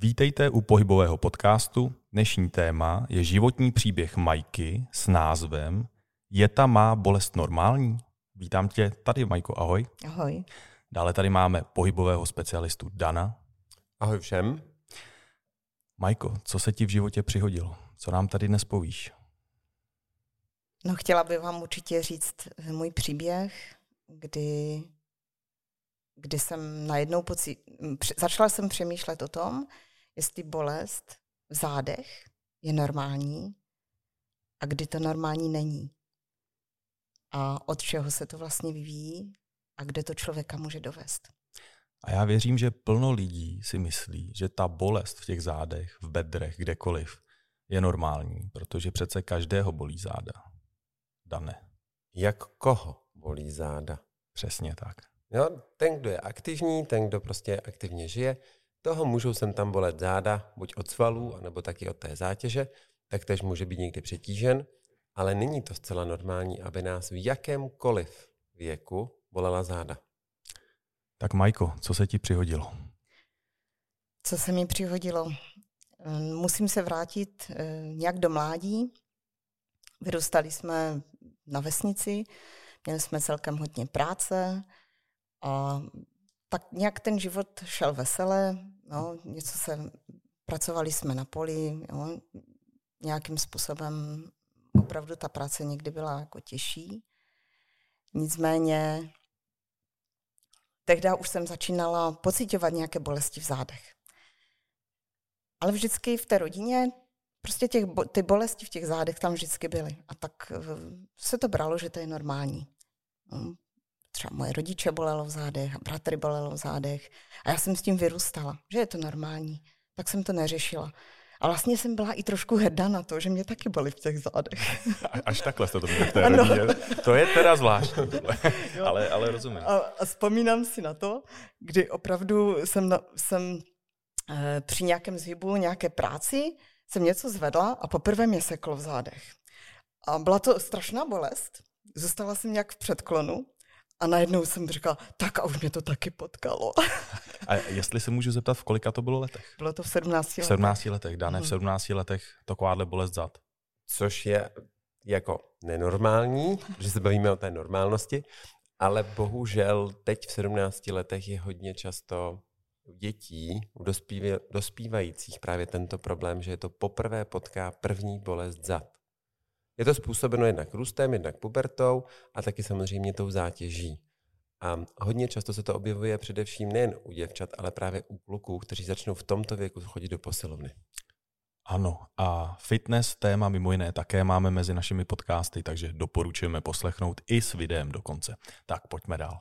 Vítejte u pohybového podcastu. Dnešní téma je životní příběh Majky s názvem Je ta má bolest normální? Vítám tě tady, Majko, ahoj. Ahoj. Dále tady máme pohybového specialistu Dana. Ahoj všem. Majko, co se ti v životě přihodilo? Co nám tady dnes povíš? No, chtěla bych vám určitě říct můj příběh, kdy jsem najednou začala jsem přemýšlet o tom, jestli bolest v zádech je normální a kdy to normální není. A od čeho se to vlastně vyvíjí a kde to člověka může dovést. A já věřím, že plno lidí si myslí, že ta bolest v těch zádech, v bedrech, kdekoliv, je normální, protože přece každého bolí záda. Dane. Jak koho bolí záda? Přesně tak. Jo, ten, kdo je aktivní, ten, kdo prostě aktivně žije, toho můžou sem tam bolet záda, buď od svalů, anebo taky od té zátěže, tak tež může být někdy přetížen, ale není to zcela normální, aby nás v jakémkoliv věku bolela záda. Tak Majko, co se ti přihodilo? Co se mi přihodilo? Musím se vrátit nějak do mládí. Vyrůstali jsme na vesnici, měli jsme celkem hodně práce a tak nějak ten život šel vesele. No, pracovali jsme na poli, jo, nějakým způsobem opravdu ta práce někdy byla jako těžší. Nicméně tehdy už jsem začínala pociťovat nějaké bolesti v zádech. Ale vždycky v té rodině prostě ty bolesti v těch zádech tam vždycky byly. A tak se to bralo, že to je normální. Třeba moje rodiče bolelo v zádech a bratry bolelo v zádech. A já jsem s tím vyrůstala, že je to normální. Tak jsem to neřešila. A vlastně jsem byla i trošku hrdá na to, že mě taky bolí v těch zádech. Až takhle jste to měli v té rodině. To je teda zvláštní. ale rozumím. A vzpomínám si na to, kdy opravdu jsem při nějakém zhybu, nějaké práci, jsem něco zvedla a poprvé mě seklo v zádech. A byla to strašná bolest. Zůstala jsem nějak v předklonu a najednou jsem říkala, tak a už mě to taky potkalo. A jestli se můžu zeptat, v kolika to bylo letech? Bylo to v 17 letech. V 17 letech, Dané, v 17 letech takováhle bolest zad. Což je jako nenormální, že se bavíme o té normálnosti, ale bohužel teď v 17 letech je hodně často u dětí, u dospívajících právě tento problém, že je to poprvé potká první bolest zad. Je to způsobeno jednak růstem, jednak pubertou a taky samozřejmě tou zátěží. A hodně často se to objevuje především nejen u děvčat, ale právě u kluků, kteří začnou v tomto věku chodit do posilovny. Ano, a fitness téma mimo jiné také máme mezi našimi podcasty, takže doporučujeme poslechnout i s videem dokonce. Tak pojďme dál.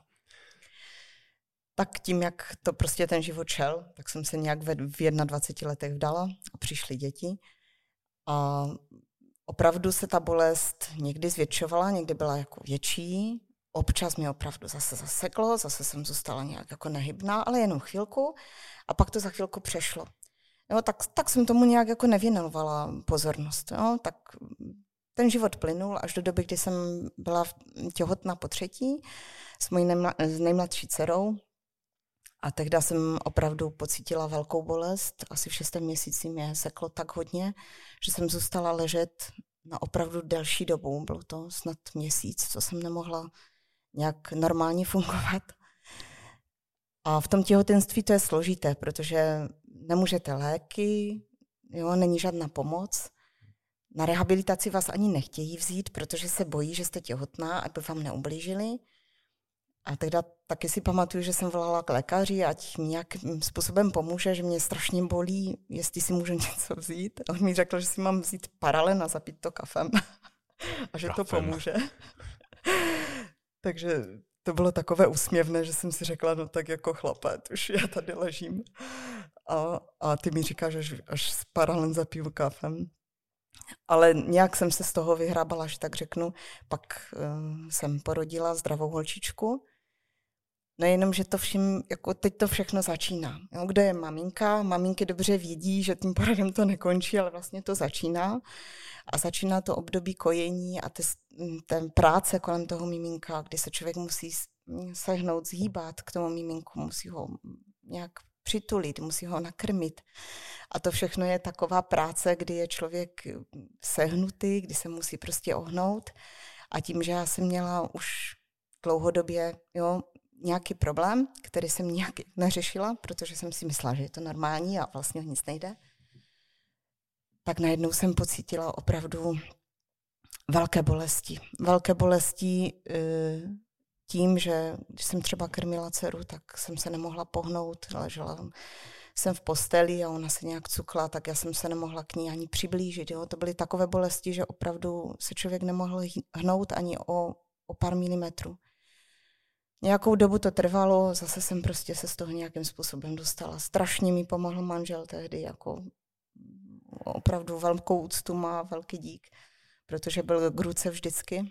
Tak tím, jak to prostě ten život šel, tak jsem se nějak v 21 letech vdala a přišly děti. A opravdu se ta bolest někdy zvětšovala, někdy byla jako větší. Občas mě opravdu zase zaseklo, zase jsem zůstala nějak jako nehybná, ale jenom chvilku. A pak to za chvilku přešlo. Jo, tak jsem tomu nějak jako nevěnovala pozornost. Jo, tak ten život plynul až do doby, kdy jsem byla těhotná po třetí s mojí nejmladší dcerou. A tehdy jsem opravdu pocítila velkou bolest. Asi v 6. měsíci mě seklo tak hodně, že jsem zůstala ležet na opravdu delší dobu. Bylo to snad měsíc, co jsem nemohla nějak normálně fungovat. A v tom těhotenství to je složité, protože nemůžete léky, jo, není žádná pomoc. Na rehabilitaci vás ani nechtějí vzít, protože se bojí, že jste těhotná, aby vám neublížili. A tehdy taky si pamatuju, že jsem volala k lékaři, ať mi nějakým způsobem pomůže, že mě strašně bolí, jestli si můžu něco vzít. A on mi řekl, že si mám vzít paralen a zapít to kafem. A že to pomůže. Takže to bylo takové úsměvné, že jsem si řekla, no tak jako chlapec, už já tady ležím. A ty mi říkáš, že až s paralen zapiju kafem. Ale nějak jsem se z toho vyhrábala, že tak řeknu. Pak jsem porodila zdravou holčičku. No jenom, že to všim, jako teď to všechno začíná. Jo, kdo je maminka? Maminky dobře vědí, že tím porodem to nekončí, ale vlastně to začíná. A začíná to období kojení a ten práce kolem toho miminka, kdy se člověk musí sehnout, zhýbat k tomu miminku, musí ho nějak přitulit, musí ho nakrmit. A to všechno je taková práce, kdy je člověk sehnutý, kdy se musí prostě ohnout. A tím, že já jsem měla už dlouhodobě nějaký problém, který jsem nějak neřešila, protože jsem si myslela, že je to normální a vlastně nic nejde, tak najednou jsem pocítila opravdu velké bolesti. Velké bolesti tím, že když jsem třeba krmila dceru, tak jsem se nemohla pohnout, ležela jsem v posteli a ona se nějak cukla, tak já jsem se nemohla k ní ani přiblížit. Jo. To byly takové bolesti, že opravdu se člověk nemohl hnout ani o pár milimetrů. Nějakou dobu to trvalo, zase jsem prostě se z toho nějakým způsobem dostala. Strašně mi pomohl manžel tehdy, jako opravdu velkou úctu má, velký dík, protože byl k ruce vždycky.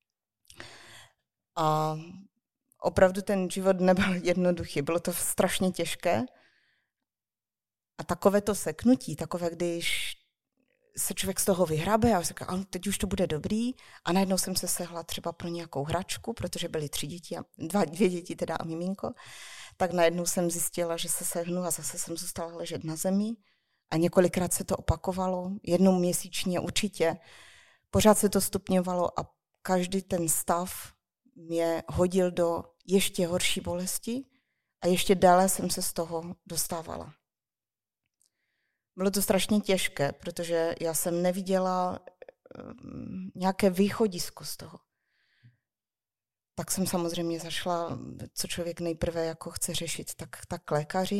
A opravdu ten život nebyl jednoduchý, bylo to strašně těžké. A takové to seknutí, takové, když se člověk z toho vyhrabe a říká, teď už to bude dobrý. A najednou jsem se sehla třeba pro nějakou hračku, protože byly 3 děti, dvě děti teda a miminko. Tak najednou jsem zjistila, že se sehnu a zase jsem zůstala ležet na zemi. A několikrát se to opakovalo, 1 měsíčně určitě. Pořád se to stupňovalo a každý ten stav mě hodil do ještě horší bolesti a ještě dále jsem se z toho dostávala. Bylo to strašně těžké, protože já jsem neviděla nějaké východisko z toho. Tak jsem samozřejmě zašla, co člověk nejprve jako chce řešit, tak k lékaři.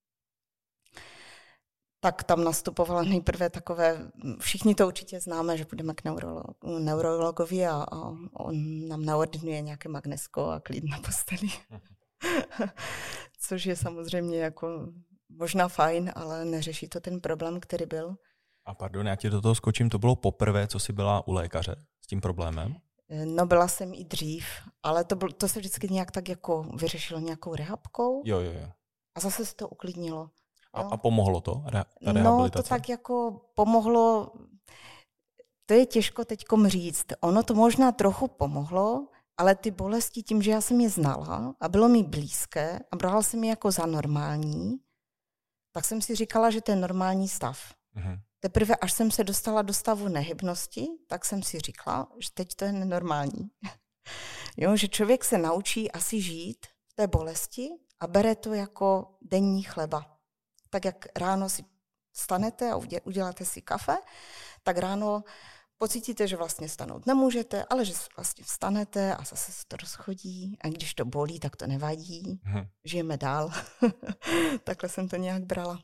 Tak tam nastupovala nejprve takové, všichni to určitě známe, že půjdeme k neurologovi a on nám naordinuje nějaké magnesko a klid na posteli. Což je samozřejmě jako možná fajn, ale neřeší to ten problém, který byl. A pardon, já ti do toho skočím, to bylo poprvé, co jsi byla u lékaře s tím problémem? No byla jsem i dřív, ale to se vždycky nějak tak jako vyřešilo nějakou rehabkou. Jo. A zase se to uklidnilo. A pomohlo to? Ta rehabilitace? No to tak jako pomohlo, to je těžko teďkom říct. Ono to možná trochu pomohlo, ale ty bolesti tím, že já jsem je znala a bylo mi blízké a brala jsem je jako za normální, tak jsem si říkala, že to je normální stav. Mhm. Teprve až jsem se dostala do stavu nehybnosti, tak jsem si říkala, že teď to je nenormální. Jo, že člověk se naučí asi žít v té bolesti a bere to jako denní chleba. Tak jak ráno si vstanete a uděláte si kafe, tak ráno pocítíte, že vlastně stanout nemůžete, ale že vlastně vstanete a zase se to rozchodí. A když to bolí, tak to nevadí. Žijeme dál. Takhle jsem to nějak brala.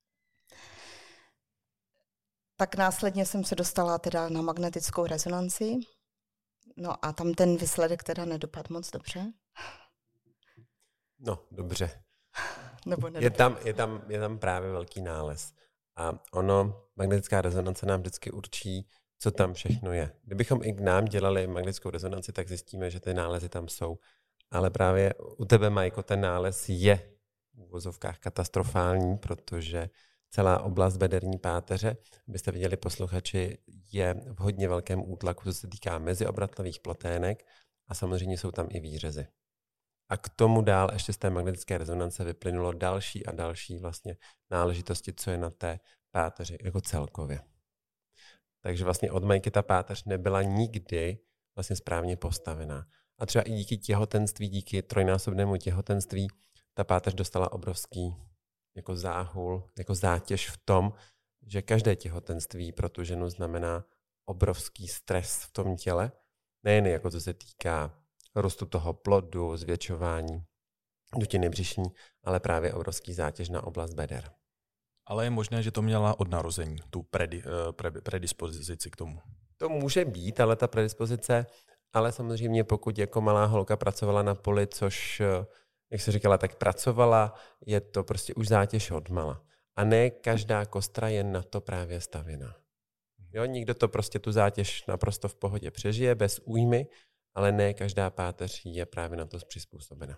Tak následně jsem se dostala teda na magnetickou rezonanci. No a tam ten výsledek teda nedopadl moc dobře. No, dobře. Nebo je tam právě velký nález. A magnetická rezonance nám vždycky určí, co tam všechno je. Kdybychom i k nám dělali magnetickou rezonanci, tak zjistíme, že ty nálezy tam jsou. Ale právě u tebe, Majko, ten nález je v uvozovkách katastrofální, protože celá oblast bederní páteře, abyste viděli posluchači, je v hodně velkém útlaku, co se týká meziobratlových plotének a samozřejmě jsou tam i výřezy. A k tomu dál ještě z té magnetické rezonance vyplynulo další a další vlastně náležitosti, co je na té páteři jako celkově. Takže vlastně od Majky ta páteř nebyla nikdy vlastně správně postavená. A třeba i díky těhotenství, díky 3násobnému těhotenství, ta páteř dostala obrovský jako záhul, jako zátěž v tom, že každé těhotenství pro tu ženu znamená obrovský stres v tom těle, nejen jako co se týká růstu toho plodu, zvětšování dutiny břišní, ale právě obrovský zátěž na oblast beder. Ale je možné, že to měla od narození, tu predispozici k tomu. To může být, ale ta predispozice, ale samozřejmě pokud jako malá holka pracovala na poli, což, jak se říkala, tak pracovala, je to prostě už zátěž odmala. A ne každá kostra je na to právě stavěná. Jo, nikdo to prostě tu zátěž naprosto v pohodě přežije, bez újmy, ale ne každá páteř je právě na to přizpůsobena.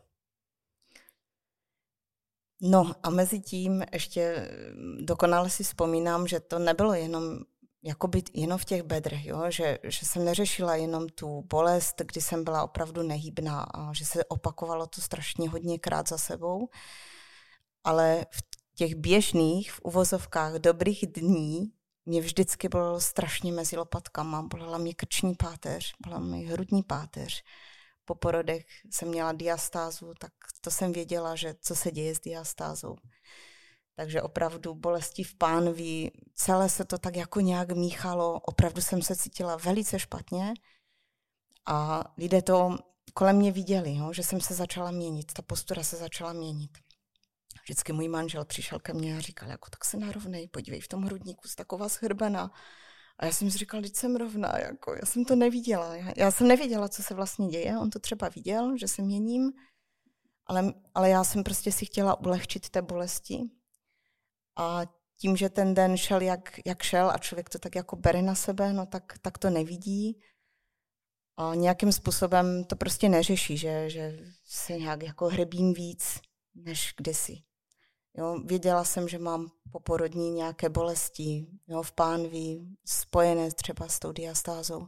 No a mezi tím ještě dokonale si vzpomínám, že to nebylo jenom v těch bedrech, jo? Že jsem neřešila jenom tu bolest, kdy jsem byla opravdu nehybná a že se opakovalo to strašně hodněkrát za sebou, ale v těch běžných, v uvozovkách dobrých dní mě vždycky bolelo strašně mezi lopatkama. Bolela mě krční páteř, bolela mě hrudní páteř. Po porodech jsem měla diastázu, tak to jsem věděla, že co se děje s diastázou. Takže opravdu bolesti v pánvi, celé se to tak jako nějak míchalo, opravdu jsem se cítila velice špatně a lidé to kolem mě viděli, že jsem se začala měnit, ta postura se začala měnit. Vždycky můj manžel přišel ke mně a říkal, jako tak se narovnej, podívej, v tom hrudníku jsi taková schrbena. A já jsem si říkala, teď jsem rovná, jako, já jsem to neviděla. Já jsem nevěděla, co se vlastně děje, on to třeba viděl, že se měním, ale já jsem prostě si chtěla ulehčit té bolesti. A tím, že ten den šel, jak šel a člověk to tak jako bere na sebe, no tak to nevidí. A nějakým způsobem to prostě neřeší, že se nějak jako hrebím víc než kdysi. Jo, věděla jsem, že mám poporodní nějaké bolesti, v pánvi, spojené třeba s tou diastázou.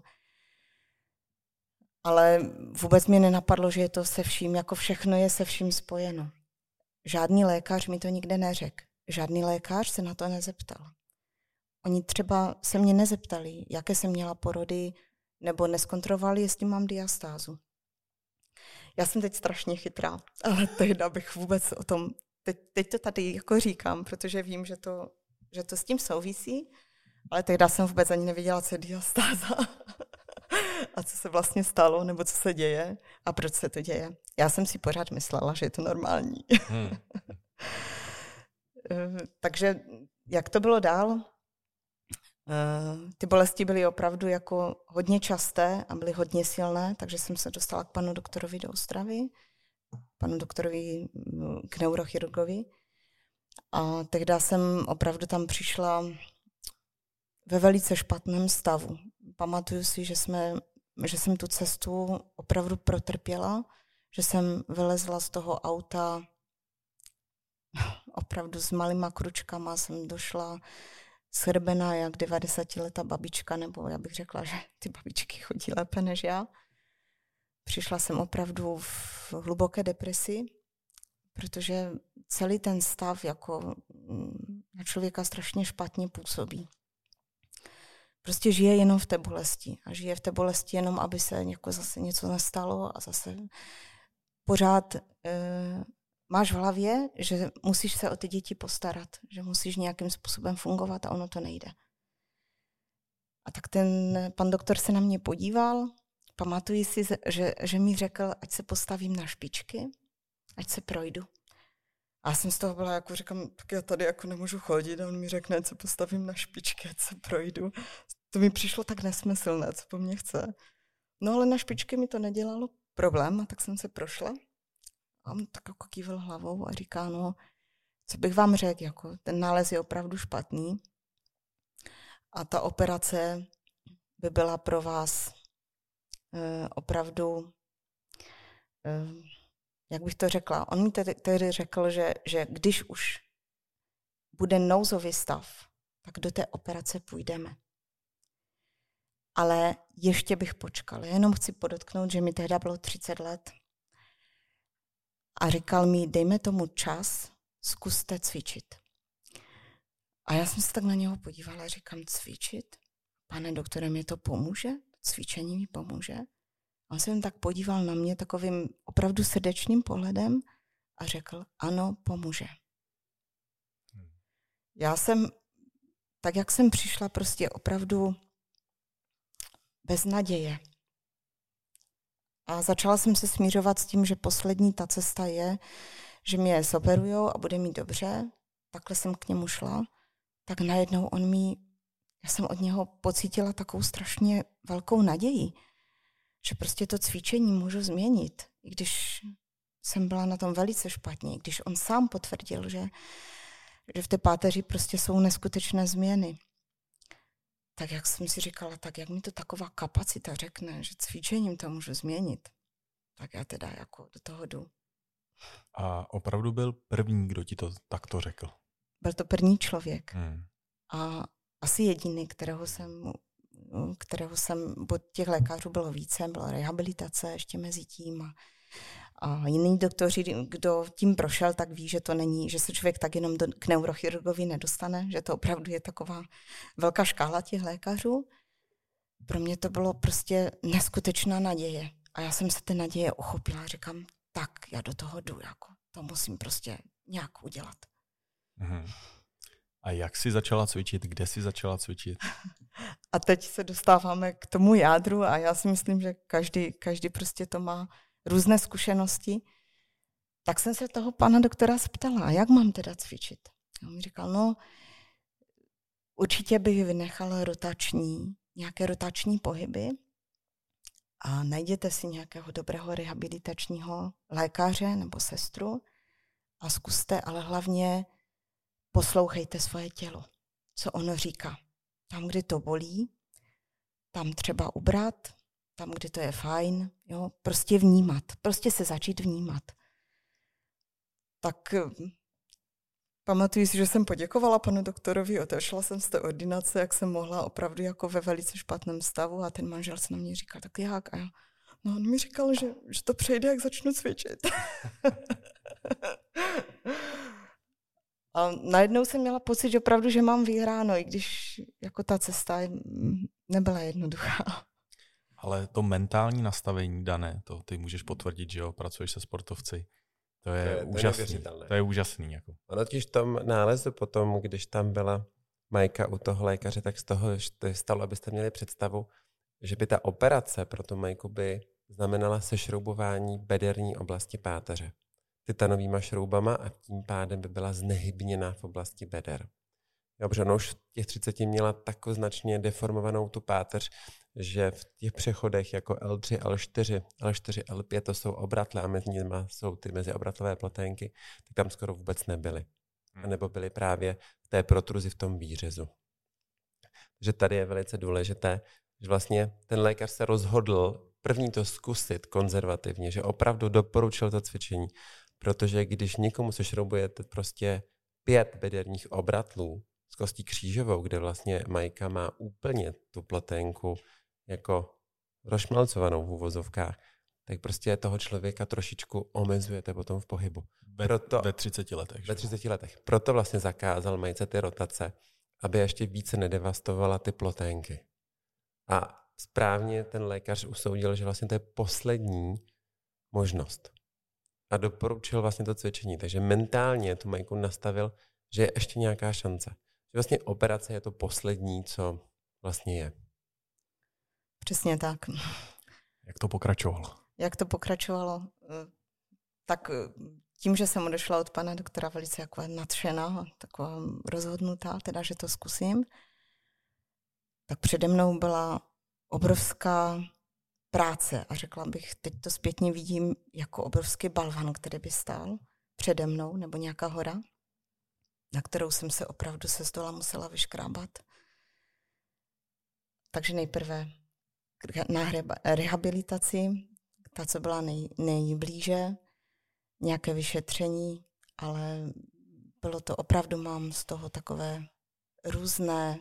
Ale vůbec mi nenapadlo, že je to se vším, jako všechno je se vším spojeno. Žádný lékař mi to nikde neřekl. Žádný lékař se na to nezeptal. Oni třeba se mě nezeptali, jaké jsem měla porody, nebo neskontrolovali, jestli mám diastázu. Já jsem teď strašně chytrá, ale tehdy bych vůbec o tom, teď to tady jako říkám, protože vím, že to s tím souvisí, ale tehdy jsem vůbec ani nevěděla, co je diastáza a co se vlastně stalo, nebo co se děje a proč se to děje. Já jsem si pořád myslela, že je to normální. Takže jak to bylo dál? Ty bolesti byly opravdu jako hodně časté a byly hodně silné, takže jsem se dostala k panu doktorovi do Ostravy, panu doktorovi k neurochirurgovi. A tehdy jsem opravdu tam přišla ve velice špatném stavu. Pamatuju si, že jsem tu cestu opravdu protrpěla, že jsem vylezla z toho auta opravdu s malýma kručkama, jsem došla shrbená jak 90letá babička, nebo já bych řekla, že ty babičky chodí lépe než já. Přišla jsem opravdu v hluboké depresi, protože celý ten stav jako na člověka strašně špatně působí. Prostě žije jenom v té bolesti a žije v té bolesti jenom, aby se jako zase něco nestalo a zase pořád máš v hlavě, že musíš se o ty děti postarat, že musíš nějakým způsobem fungovat a ono to nejde. A tak ten pan doktor se na mě podíval, pamatuji si, že mi řekl, ať se postavím na špičky, ať se projdu. A já jsem z toho byla, jako říkám, tak já tady jako nemůžu chodit a on mi řekne, ať se postavím na špičky, ať se projdu. To mi přišlo tak nesmyslné, co po mně chce. No ale na špičky mi to nedělalo problém a tak jsem se prošla. A on tak jako kývil hlavou a říká, no, co bych vám řekl, jako ten nález je opravdu špatný a ta operace by byla pro vás opravdu, jak bych to řekla, on mi tedy řekl, že když už bude nouzový stav, tak do té operace půjdeme. Ale ještě bych počkala, jenom chci podotknout, že mi tehdy bylo 30 let. A říkal mi, dejme tomu čas, zkuste cvičit. A já jsem se tak na něho podívala a říkám, cvičit? Pane doktore, mi to pomůže? Cvičení mi pomůže? A on se jen tak podíval na mě takovým opravdu srdečným pohledem a řekl, ano, pomůže. Já jsem, tak jak jsem přišla, prostě opravdu bez naděje. A začala jsem se smířovat s tím, že poslední ta cesta je, že mě zoperujou a bude mi dobře. Takhle jsem k němu šla. Tak najednou já jsem od něho pocítila takovou strašně velkou naději, že prostě to cvičení můžu změnit. I když jsem byla na tom velice špatně, když on sám potvrdil, že v té páteři prostě jsou neskutečné změny. Tak jak jsem si říkala, tak jak mi to taková kapacita řekne, že cvičením to můžu změnit, tak já teda jako do toho jdu. A opravdu byl první, kdo ti to takto řekl? Byl to první člověk. A asi jediný, kterého jsem, bo těch lékařů bylo více, byla rehabilitace ještě mezi tím A jiný doktoři, kdo tím prošel, tak ví, že to není, že se člověk tak jenom k neurochirurgovi nedostane, že to opravdu je taková velká škála těch lékařů. Pro mě to bylo prostě neskutečná naděje. A já jsem se té naděje uchopila a říkám, tak já do toho jdu, jako, to musím prostě nějak udělat. Mhm. A jak jsi začala cvičit? Kde jsi začala cvičit? A teď se dostáváme k tomu jádru a já si myslím, že každý prostě to má různé zkušenosti. Tak jsem se toho pana doktora zeptala, a jak mám teda cvičit? A on mi říkal, no určitě bych vynechal nějaké rotační pohyby a najděte si nějakého dobrého rehabilitačního lékaře nebo sestru a zkuste, ale hlavně poslouchejte svoje tělo, co ono říká. Tam, kde to bolí, tam třeba ubrat, tam, kde to je fajn, jo, prostě vnímat, prostě se začít vnímat. Tak pamatuju si, že jsem poděkovala panu doktorovi, odešla jsem z té ordinace, jak jsem mohla, opravdu jako ve velice špatném stavu a ten manžel se na mě říkal, tak jak? A já, no on mi říkal, že to přejde, jak začnu cvičit. A najednou jsem měla pocit, že opravdu, že mám vyhráno, i když jako ta cesta nebyla jednoduchá. Ale to mentální nastavení dané, to ty můžeš potvrdit, že jo, pracuješ se sportovci. To je úžasný. To je úžasný. Jako. Ono totiž v tom nálezu potom, když tam byla Majka u toho lékaře, tak z toho stalo, abyste měli představu, že by ta operace pro tu Majku by znamenala sešroubování bederní oblasti páteře titanovýma šroubama a tím pádem by byla znehybněná v oblasti beder. Jo, protože ona už v těch 30 měla tak značně deformovanou tu páteř, že v těch přechodech jako L3, L4, L4, L5 to jsou obratle a mezi nimi jsou ty meziobratlové ploténky, tak tam skoro vůbec nebyly. A nebo byly právě v té protruzi v tom výřezu. Takže tady je velice důležité, že vlastně ten lékař se rozhodl první to zkusit konzervativně, že opravdu doporučil to cvičení, protože když někomu se šroubujete prostě 5 bederních obratlů s kostí křížovou, kde vlastně Majka má úplně tu ploténku jako rozšmalcovanou v uvozovkách, tak prostě toho člověka trošičku omezujete potom v pohybu. Ve 30 letech. Ve 30 letech. Proto vlastně zakázal Majce ty rotace, aby ještě více nedevastovala ty ploténky. A správně ten lékař usoudil, že vlastně to je poslední možnost. A doporučil vlastně to cvičení. Takže mentálně tu Majku nastavil, že je ještě nějaká šance. Že vlastně operace je to poslední, co vlastně je. Přesně tak. Jak to pokračovalo? Jak to pokračovalo? Tak tím, že jsem odešla od pana doktora velice jako nadšená, taková rozhodnutá, teda, že to zkusím, tak přede mnou byla obrovská práce a řekla bych, teď to zpětně vidím jako obrovský balvan, který by stál přede mnou, nebo nějaká hora, na kterou jsem se opravdu se zdola musela vyškrábat. Takže nejprve na rehabilitaci, ta, co byla nejblíže, nějaké vyšetření, ale bylo to opravdu, mám z toho takové různé,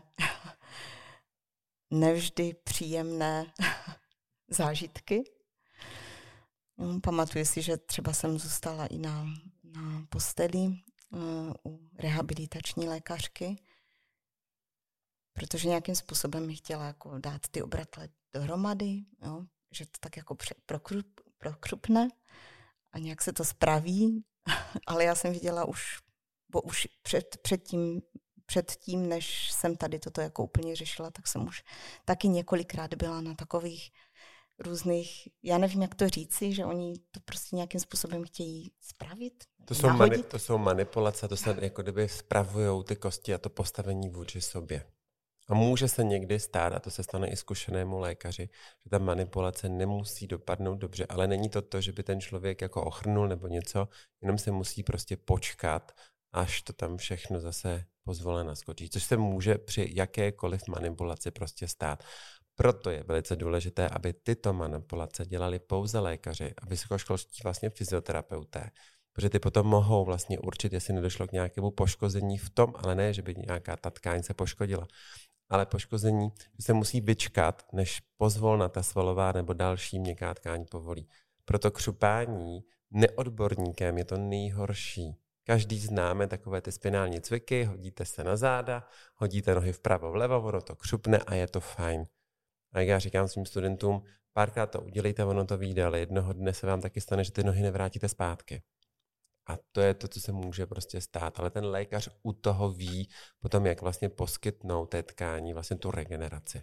nevždy příjemné zážitky. Pamatuju si, že třeba jsem zůstala i na posteli u rehabilitační lékařky, protože nějakým způsobem mi chtěla jako dát ty obratle dohromady, jo, že to tak jako prokrupne a nějak se to spraví, ale já jsem viděla už předtím, než jsem tady toto jako úplně řešila, tak jsem už taky několikrát byla na takových různých, já nevím, jak to říci, že oni to prostě nějakým způsobem chtějí spravit. To jsou manipulace, to se jako kdyby spravujou ty kosti a to postavení vůči sobě. A může se někdy stát, a to se stane i zkušenému lékaři, že ta manipulace nemusí dopadnout dobře, ale není to to, že by ten člověk jako ochrnul nebo něco, jenom se musí prostě počkat, až to tam všechno zase pozvolna naskočí, což se může při jakékoliv manipulaci prostě stát. Proto je velice důležité, aby tyto manipulace dělali pouze lékaři a vysokoškolští vlastně fyzioterapeuté, protože ty potom mohou vlastně určit, jestli nedošlo k nějakému poškození v tom, ale ne, že by nějaká ta tkáň se poškodila, ale poškození, že se musí vyčkat, než pozvolna ta svalová nebo další měkká tkáň povolí. Proto křupání neodborníkem je to nejhorší. Každý známe takové ty spinální cviky, hodíte se na záda, hodíte nohy vpravo vlevo, ono to křupne a je to fajn. A jak já říkám svým studentům, párkrát to udělejte, ono to vyjde, ale jednoho dne se vám taky stane, že ty nohy nevrátíte zpátky. A to je to, co se může prostě stát. Ale ten lékař u toho ví potom, jak vlastně poskytnout té tkání vlastně tu regeneraci.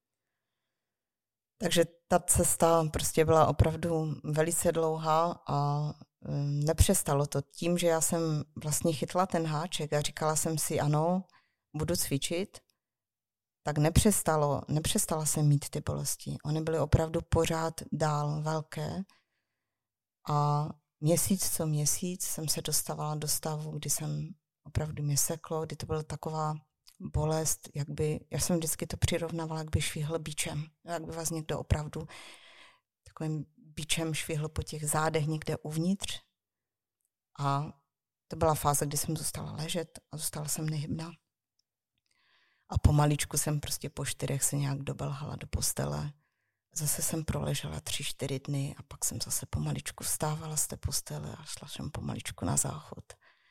Takže ta cesta prostě byla opravdu velice dlouhá a nepřestalo to. Tím, že já jsem vlastně chytla ten háček a říkala jsem si, ano, budu cvičit, tak nepřestala jsem mít ty bolesti. Ony byly opravdu pořád dál velké a měsíc co měsíc jsem se dostávala do stavu, kdy jsem opravdu mě seklo, kdy to byla taková bolest, já jsem vždycky to přirovnávala, jak by švihl bičem. Jak by vás někdo opravdu takovým bičem švihl po těch zádech někde uvnitř. A to byla fáze, kdy jsem zůstala ležet a zůstala jsem nehybná. A pomaličku jsem prostě po 4 se nějak dobelhala do postele. Zase jsem proležela 3-4 dny a pak jsem zase pomaličku vstávala z té postele a šla jsem pomaličku na záchod.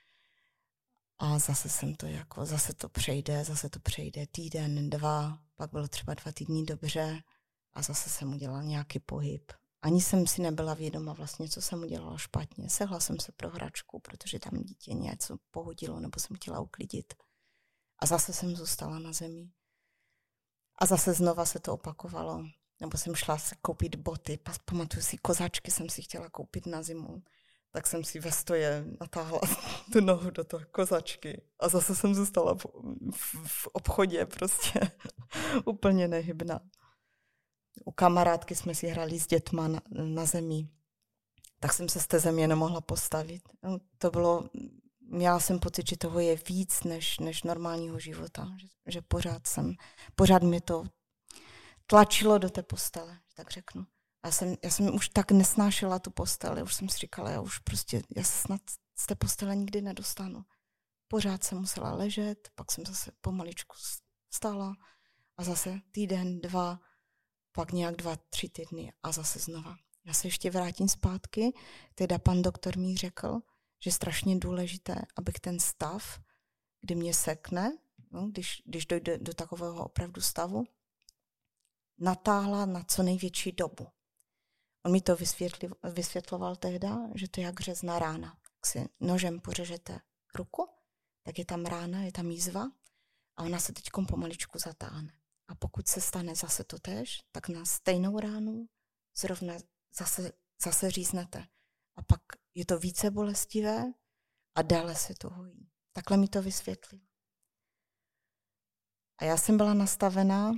A zase to přejde týden, 2, pak bylo třeba 2 týdny dobře a zase jsem udělala nějaký pohyb. Ani jsem si nebyla vědoma vlastně, co jsem udělala špatně. Sehla jsem se pro hračku, protože tam dítě něco pohodilo nebo jsem chtěla uklidit. A zase jsem zůstala na zemi. A zase znova se to opakovalo. Nebo jsem šla se koupit boty. Pamatuju si, kozačky jsem si chtěla koupit na zimu. Tak jsem si ve stoje natáhla tu nohu do toho kozačky. A zase jsem zůstala v obchodě prostě úplně nehybná. U kamarádky jsme si hráli s dětma na zemi. Tak jsem se z té země nemohla postavit. Měla jsem pocit, že toho je víc než normálního života. Že pořád mě to tlačilo do té postele, tak řeknu. Já jsem už tak nesnášela tu postel, už jsem si říkala, já se snad z té postele nikdy nedostanu. Pořád jsem musela ležet, pak jsem zase pomaličku vstala a zase týden, 2, pak nějak 2-3 týdny a zase znova. Já se ještě vrátím zpátky, teda pan doktor mi řekl, že je strašně důležité, abych ten stav, kdy mě sekne, když dojde do takového opravdu stavu, natáhla na co největší dobu. On mi to vysvětloval tehda, že to je jak řezná rána. Tak si nožem pořežete ruku, tak je tam rána, je tam jízva a ona se teď pomaličku zatáhne. A pokud se stane zase to též, tak na stejnou ránu zrovna zase říznete. A pak je to více bolestivé a dále se to hojí. Takhle mi to vysvětlil. A já jsem byla nastavená,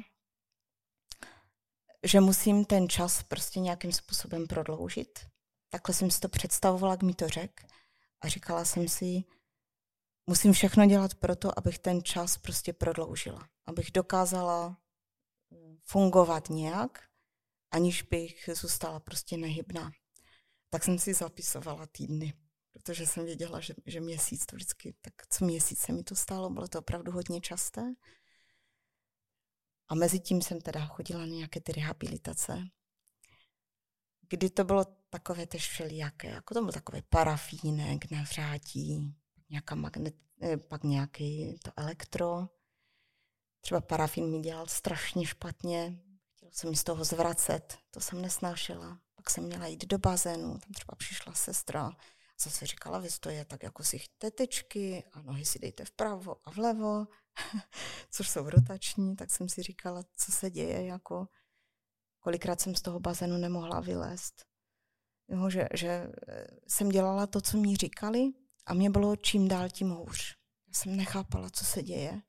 že musím ten čas prostě nějakým způsobem prodloužit. Takhle jsem si to představovala, jak mi to řekl. A říkala jsem si, musím všechno dělat pro to, abych ten čas prostě prodloužila. Abych dokázala fungovat nějak, aniž bych zůstala prostě nehybná. Tak jsem si zapisovala týdny, protože jsem věděla, že měsíc to vždycky, tak co měsíc se mi to stalo, bylo to opravdu hodně časté. A mezi tím jsem teda chodila na nějaké ty rehabilitace, kdy to bylo takové tež všelijaké, jako to bylo takové parafínek, nahřátí, pak nějaký to elektro. Třeba parafín mi dělal strašně špatně, chtěla jsem mi z toho zvracet, to jsem nesnášela. Pak jsem měla jít do bazénu, tam třeba přišla sestra a zase říkala, vy stoje tak jako si tetečky a nohy si dejte vpravo a vlevo, což jsou rotační, tak jsem si říkala, co se děje, jako kolikrát jsem z toho bazénu nemohla vylézt. Jo, že jsem dělala to, co mi říkali a mě bylo čím dál tím hůř. Já jsem nechápala, co se děje.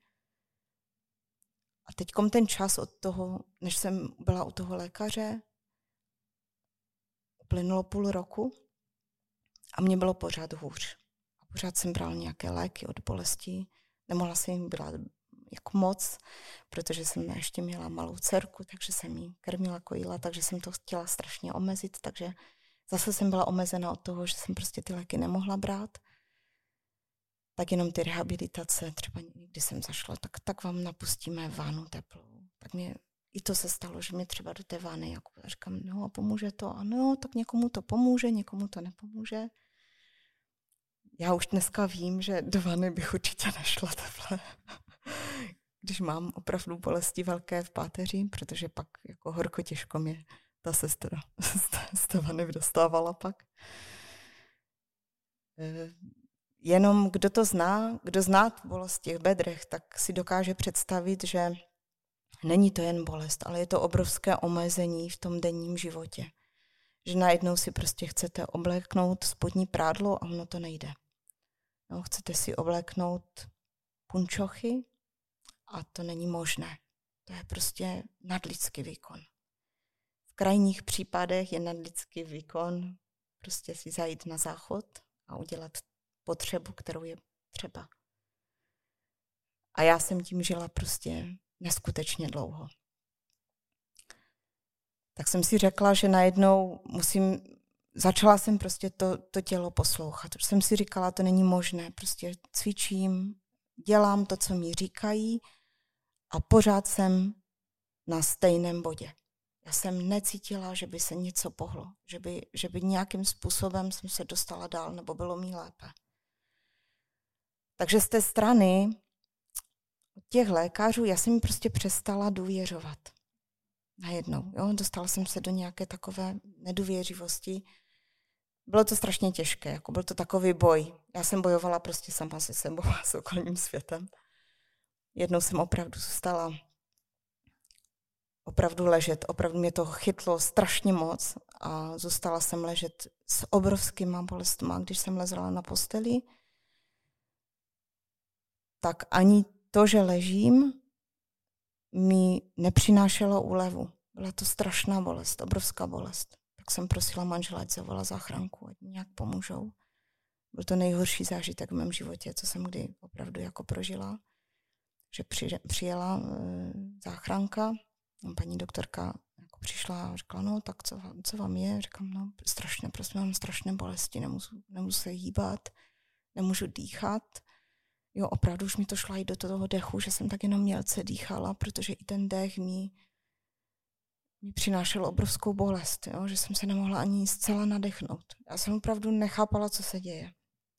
A teďkom ten čas od toho, než jsem byla u toho lékaře, uplynulo 0,5 roku a mě bylo pořád hůř. A pořád jsem brala nějaké léky od bolesti. Nemohla jsem jim brát jako moc, protože jsem ještě měla malou dcerku, takže jsem jí krmila, kojila, takže jsem to chtěla strašně omezit, takže zase jsem byla omezena od toho, že jsem prostě ty léky nemohla brát. Tak jenom ty rehabilitace, třeba když jsem zašla, tak vám napustíme vánu teplou. Tak mě i to se stalo, že mě třeba do té vany, jako říkám, no a pomůže to, a no, tak někomu to pomůže, někomu to nepomůže. Já už dneska vím, že do vany bych určitě nešla takhle, když mám opravdu bolesti velké v páteři, protože pak jako horko těžko mě ta sestra z té vany dostávala pak. Jenom kdo zná bolest v těch bedrech, tak si dokáže představit, že není to jen bolest, ale je to obrovské omezení v tom denním životě. Že najednou si prostě chcete obléknout spodní prádlo a ono to nejde. No, chcete si obléknout punčochy a to není možné. To je prostě nadlidský výkon. V krajních případech je nadlidský výkon prostě si zajít na záchod a udělat potřebu, kterou je třeba. A já jsem tím žila prostě neskutečně dlouho. Tak jsem si řekla, že najednou začala jsem prostě to tělo poslouchat. Už jsem si říkala, to není možné, prostě cvičím, dělám to, co mi říkají a pořád jsem na stejném bodě. Já jsem necítila, že by se něco pohlo, že by nějakým způsobem jsem se dostala dál nebo bylo mi lépe. Takže z té strany těch lékařů já jsem prostě přestala důvěřovat. Najednou. Jo? Dostala jsem se do nějaké takové nedůvěřivosti. Bylo to strašně těžké, jako byl to takový boj. Já jsem bojovala prostě sama se sebou a s okolním světem. Jednou jsem opravdu zůstala ležet. Opravdu mě to chytlo strašně moc a zůstala jsem ležet s obrovskýma bolestma. Když jsem ležela na posteli, tak ani to, že ležím, mi nepřinášelo úlevu. Byla to strašná bolest, obrovská bolest. Tak jsem prosila manžela, ať zavolá záchranku, ať mi nějak pomůžou. Byl to nejhorší zážitek v mém životě, co jsem kdy opravdu jako prožila. Že přijela záchranka, paní doktorka jako přišla a řekla, no tak co vám je? Říkám, no strašně, prostě mám strašné bolesti, nemůžu se hýbat, nemůžu dýchat. Jo, opravdu už mi to šlo i do toho dechu, že jsem tak jenom mělce dýchala, protože i ten dech mi přinášel obrovskou bolest, jo, že jsem se nemohla ani zcela nadechnout. Já jsem opravdu nechápala, co se děje.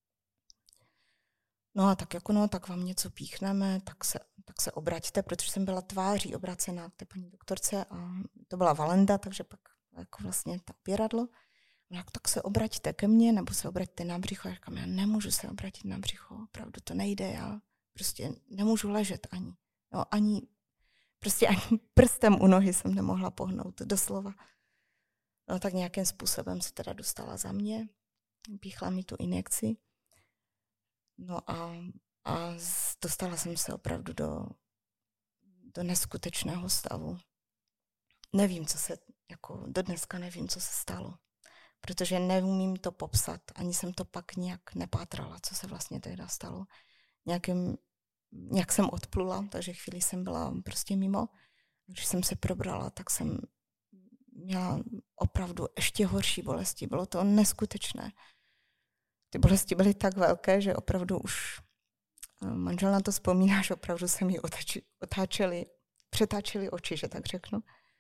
No a tak jako tak vám něco píchneme, tak se obraťte, protože jsem byla tváří obracená k té paní doktorce a to byla Valenda, takže pak jako vlastně to opěradlo. No, tak se obraťte ke mně, nebo se obraťte na břicho. Já říkám, já nemůžu se obratit na břicho, opravdu to nejde, já prostě nemůžu ležet ani. No, ani prstem u nohy jsem nemohla pohnout, doslova. No tak nějakým způsobem se teda dostala za mě, píchla mi tu injekci. No a dostala jsem se opravdu do neskutečného stavu. Nevím, do dneska nevím, co se stalo. Protože neumím to popsat, ani jsem to pak nějak nepátrala, co se vlastně tehdy stalo. Nějak jsem odplula, takže chvíli jsem byla prostě mimo. Když jsem se probrala, tak jsem měla opravdu ještě horší bolesti. Bylo to neskutečné. Ty bolesti byly tak velké, že opravdu už manžel na to vzpomíná, že opravdu se mi přetáčely oči, že tak řeknu.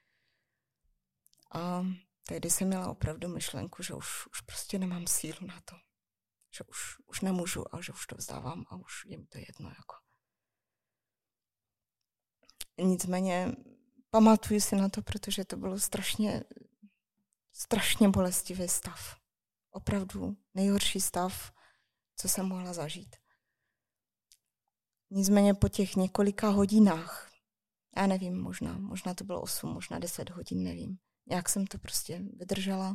A tehdy jsem měla opravdu myšlenku, že už prostě nemám sílu na to. Že už nemůžu a že už to vzdávám a už je mi to jedno. Jako. Nicméně pamatuju si na to, protože to bylo strašně bolestivý stav. Opravdu nejhorší stav, co jsem mohla zažít. Nicméně po těch několika hodinách, já nevím, možná to bylo 8, možná 10 hodin, nevím. Jak jsem to prostě vydržela.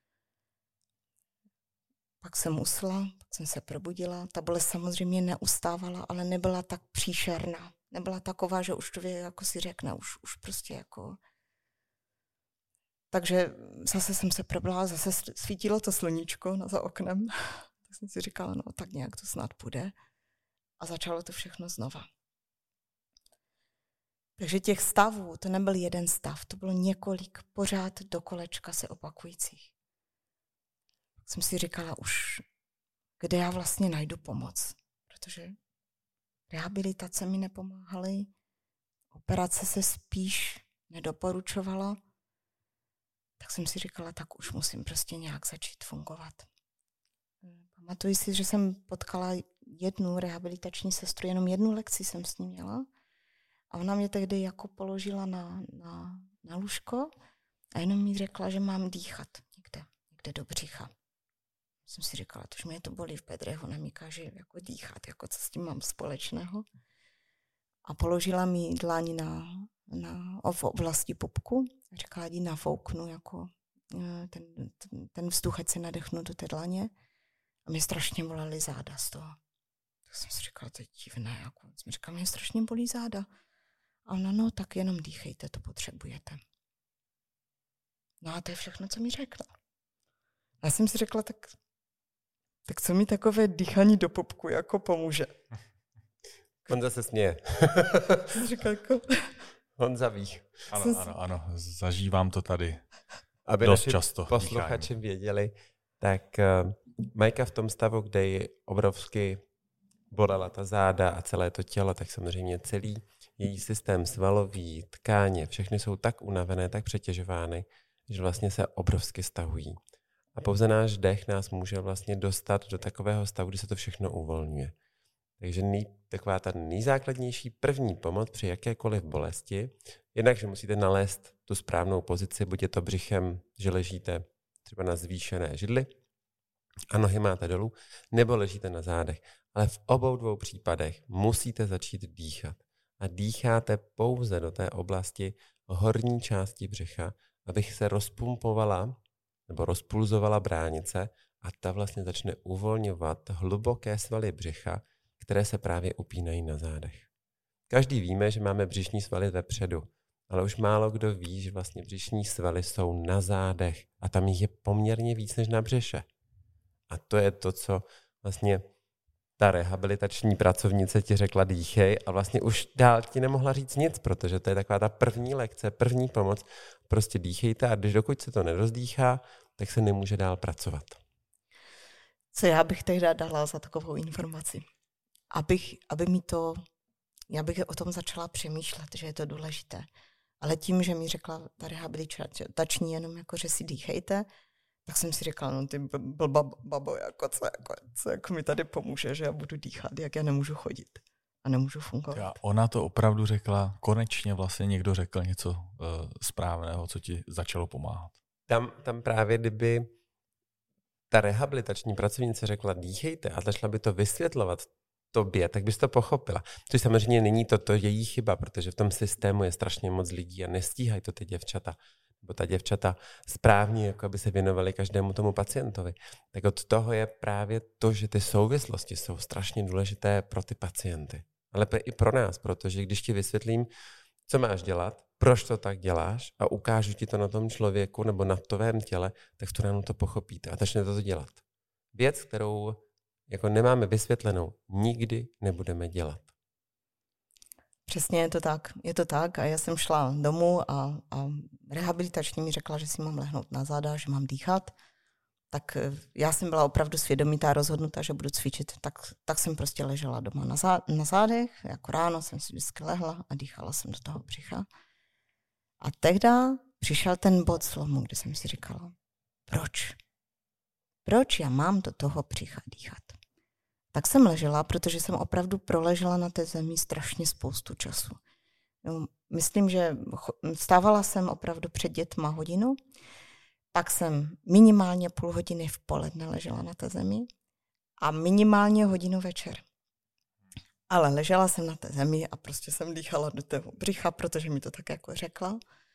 Pak jsem usla, pak jsem se probudila. Ta bolest samozřejmě neustávala, ale nebyla tak příšerná. Nebyla taková, že už člověk jako si řekne, už prostě jako... Takže zase jsem se probudila, zase svítilo to sluníčko za oknem. Tak jsem si říkala, no tak nějak to snad půjde. A začalo to všechno znova. Takže těch stavů, to nebyl jeden stav, to bylo několik pořád do kolečka se opakujících. Tak jsem si říkala už, kde já vlastně najdu pomoc, protože rehabilitace mi nepomáhaly, operace se spíš nedoporučovala, tak jsem si říkala, tak už musím prostě nějak začít fungovat. Pamatuji si, že jsem potkala jednu rehabilitační sestru, jenom jednu lekci jsem s ní měla a ona mě tehdy jako položila na lůžko a jenom mi řekla, že mám dýchat někde do břicha. Jsem si říkala, tož mě to bolí v bedrech, ona mi káže jako dýchat, jako co s tím mám společného. A položila mi dlaň v oblasti pupku a říkala, jdi nafouknu jako ten vzduch, ať se nadechnu do té dlaně. A mě strašně bolely záda z toho. Tak jsem si říkala, to je divné. Jako. Jsem říkala, mě strašně bolí záda. A ona, no tak jenom dýchejte, to potřebujete. No a to je všechno, co mi řekla. Já jsem si řekla, tak co mi takové dýchání do pupku jako pomůže? Honza se směje. Jsem říkala, jako... Honza ví. Ano, zažívám to tady aby dost často. Posluchači věděli, tak Majka v tom stavu, kde ji obrovsky bolela ta záda a celé to tělo, tak samozřejmě celý její systém svalový, tkáně, všechny jsou tak unavené, tak přetěžovány, že vlastně se obrovsky stahují. A pouze náš dech nás může vlastně dostat do takového stavu, kdy se to všechno uvolňuje. Takže taková ta nejzákladnější první pomoc při jakékoliv bolesti, jednak, že musíte nalézt tu správnou pozici, buď je to břichem, že ležíte třeba na zvýšené židli a nohy máte dolů, nebo ležíte na zádech. Ale v obou dvou případech musíte začít dýchat. A dýcháte pouze do té oblasti horní části břicha, abych se rozpumpovala nebo rozpulzovala bránice a ta vlastně začne uvolňovat hluboké svaly břicha, které se právě upínají na zádech. Každý víme, že máme břišní svaly vepředu, ale už málo kdo ví, že vlastně břišní svaly jsou na zádech a tam jich je poměrně víc než na břiše. A to je to, co vlastně ta rehabilitační pracovnice ti řekla dýchej a vlastně už dál ti nemohla říct nic, protože to je taková ta první lekce, první pomoc. Prostě dýchejte a dokud se to nerozdýchá, tak se nemůže dál pracovat. Co já bych tehdy dala za takovou informaci? Já bych o tom začala přemýšlet, že je to důležité. Ale tím, že mi řekla ta rehabilitační jenom jako, že si dýchejte, tak jsem si říkala, no ty blbá babo, co mi tady pomůže, že já budu dýchat, jak já nemůžu chodit a nemůžu fungovat. A ona to opravdu řekla, konečně vlastně někdo řekl něco správného, co ti začalo pomáhat. Tam právě, kdyby ta rehabilitační pracovnice řekla dýchejte a začala by to vysvětlovat tobě, tak bys to pochopila. Což samozřejmě není to její chyba, protože v tom systému je strašně moc lidí a nestíhají to ty děvčata. Nebo ta děvčata správně, jako aby se věnovali každému tomu pacientovi. Tak od toho je právě to, že ty souvislosti jsou strašně důležité pro ty pacienty. Ale i pro nás, protože když ti vysvětlím, co máš dělat, proč to tak děláš a ukážu ti to na tom člověku nebo na tvém těle, tak v tu ránu to pochopíte a začnete to dělat. Věc, kterou jako nemáme vysvětlenou, nikdy nebudeme dělat. Přesně je to tak a já jsem šla domů a rehabilitační mi řekla, že si mám lehnout na záda, že mám dýchat, tak já jsem byla opravdu svědomitá, rozhodnutá, že budu cvičit, tak jsem prostě ležela doma na zádech, jako ráno jsem si vždycky lehla a dýchala jsem do toho břicha. A tehda přišel ten bod slomu, kde jsem si říkala, proč já mám do toho břicha dýchat? Tak jsem ležela, protože jsem opravdu proležela na té zemi strašně spoustu času. Myslím, že stávala jsem opravdu před dětma hodinu, pak jsem minimálně půl hodiny v poledne ležela na té zemi a minimálně hodinu večer. Ale ležela jsem na té zemi a prostě jsem dýchala do toho břicha, protože mi to tak jako řekla.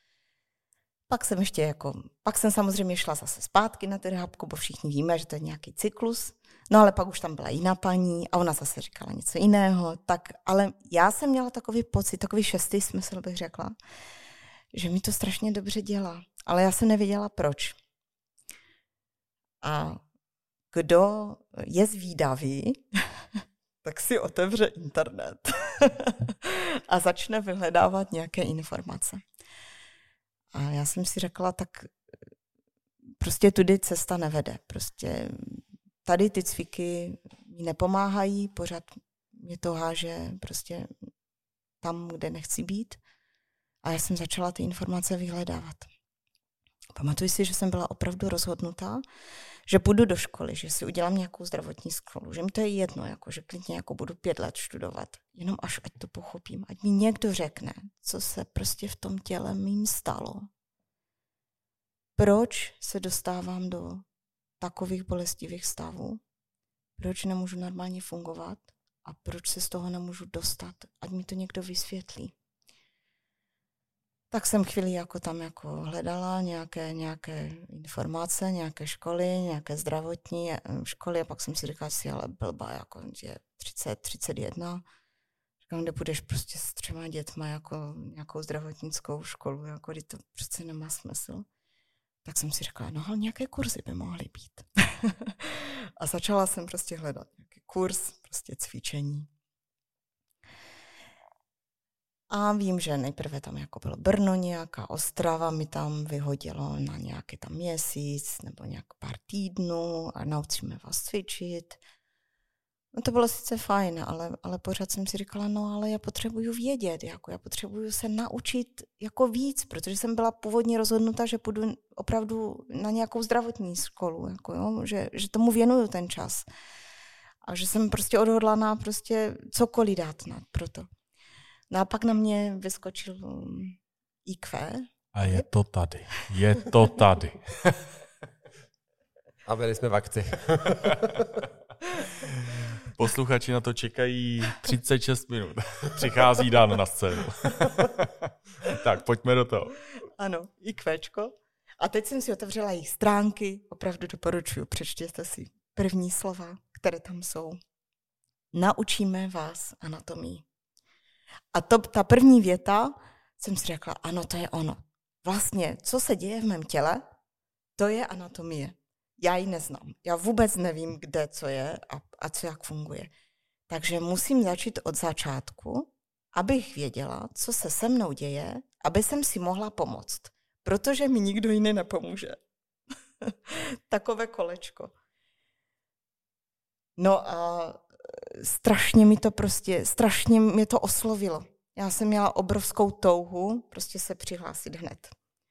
Pak jsem samozřejmě šla zase zpátky na tu rehabku, bo všichni víme, že to je nějaký cyklus. No ale pak už tam byla jiná paní a ona zase říkala něco jiného. Ale já jsem měla takový pocit, takový šestý smysl bych řekla, že mi to strašně dobře dělá. Ale já jsem nevěděla proč. A kdo je zvídavý, tak si otevře internet a začne vyhledávat nějaké informace. A já jsem si řekla, tak prostě tudy cesta nevede. Prostě tady ty cviky mi nepomáhají, pořád mě to háže prostě tam, kde nechci být. A já jsem začala ty informace vyhledávat. Pamatuju si, že jsem byla opravdu rozhodnutá, že půjdu do školy, že si udělám nějakou zdravotní školu, že mi to je jedno, jako, že klidně jako budu 5 let studovat, jenom až ať to pochopím, ať mi někdo řekne, co se prostě v tom těle mým stalo. Proč se dostávám do takových bolestivých stavů, proč nemůžu normálně fungovat a proč se z toho nemůžu dostat, ať mi to někdo vysvětlí. Tak jsem chvíli jako tam jako hledala nějaké informace, nějaké školy, nějaké zdravotní školy a pak jsem si říkala, si ale blbá, jako je 30, 31. Říkám, kde budeš prostě s 3 dětma jako nějakou zdravotnickou školu, jako kdy to přece nemá smysl. Tak jsem si říkala, no ale nějaké kurzy by mohly být. A začala jsem prostě hledat nějaký kurz, prostě cvičení. A vím, že nejprve tam jako bylo Brno nějaká, Ostrava mi tam vyhodilo na nějaký tam měsíc nebo nějak pár týdnů a naučíme vás cvičit. No to bylo sice fajn, ale pořád jsem si říkala, no ale já potřebuju vědět, jako já potřebuju se naučit jako víc, protože jsem byla původně rozhodnuta, že půjdu opravdu na nějakou zdravotní školu, jako jo, že tomu věnuju ten čas. A že jsem prostě odhodlaná prostě cokoliv dát pro to. No a pak na mě vyskočil IQ. A je to tady. Je to tady. A byli jsme v akci. Posluchači na to čekají 36 minut. Přichází Dan na scénu. Tak, pojďme do toho. Ano, IQčko. A teď jsem si otevřela jejich stránky. Opravdu doporučuji, přečtěte si první slova, které tam jsou. Naučíme vás anatomii. A ta první věta jsem si řekla, ano, to je ono. Vlastně, co se děje v mém těle, to je anatomie. Já ji neznám. Já vůbec nevím, kde co je a co jak funguje. Takže musím začít od začátku, abych věděla, co se se mnou děje, aby jsem si mohla pomoct. Protože mi nikdo jiný nepomůže. Takové kolečko. No a strašně mě to oslovilo. Já jsem měla obrovskou touhu prostě se přihlásit hned.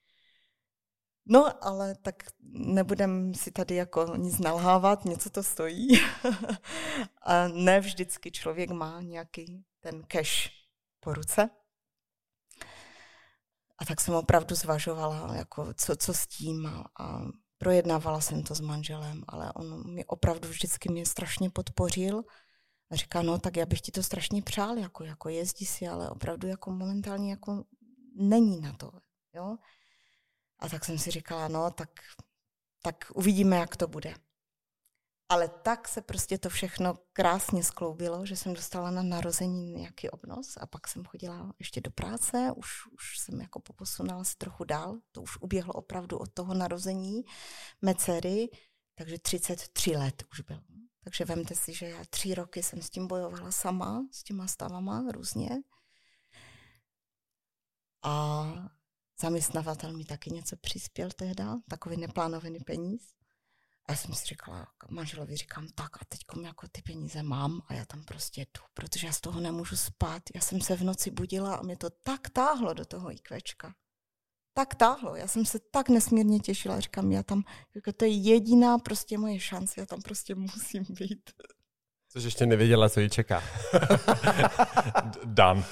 No, ale tak nebudem si tady jako nic nalhávat, něco to stojí. A ne vždycky člověk má nějaký ten cash po ruce. A tak jsem opravdu zvažovala, jako co s tím a projednávala jsem to s manželem, ale on mi opravdu vždycky mě strašně podpořil a říká, no tak já bych ti to strašně přál, jako jezdí si, ale opravdu jako momentálně jako není na to, jo. A tak jsem si říkala, no tak uvidíme, jak to bude. Ale tak se prostě to všechno krásně skloubilo, že jsem dostala na narození nějaký obnos a pak jsem chodila ještě do práce, už jsem jako poposunala se trochu dál, to už uběhlo opravdu od toho narození mé dcery, takže 33 let už bylo. Takže vemte si, že já 3 roky jsem s tím bojovala sama, s těma stavama různě. A zaměstnavatel mi taky něco přispěl tehda, takový neplánovaný peníz. A já jsem si říkala, manželovi říkám, tak a teďkom jako ty peníze mám a já tam prostě jdu, protože já z toho nemůžu spát. Já jsem se v noci budila a mě to tak táhlo do toho IQčka. Tak táhlo, já jsem se tak nesmírně těšila. Říkám, jako to je jediná prostě moje šance, já tam prostě musím být. Což ještě nevěděla, co jí čeká. Dan.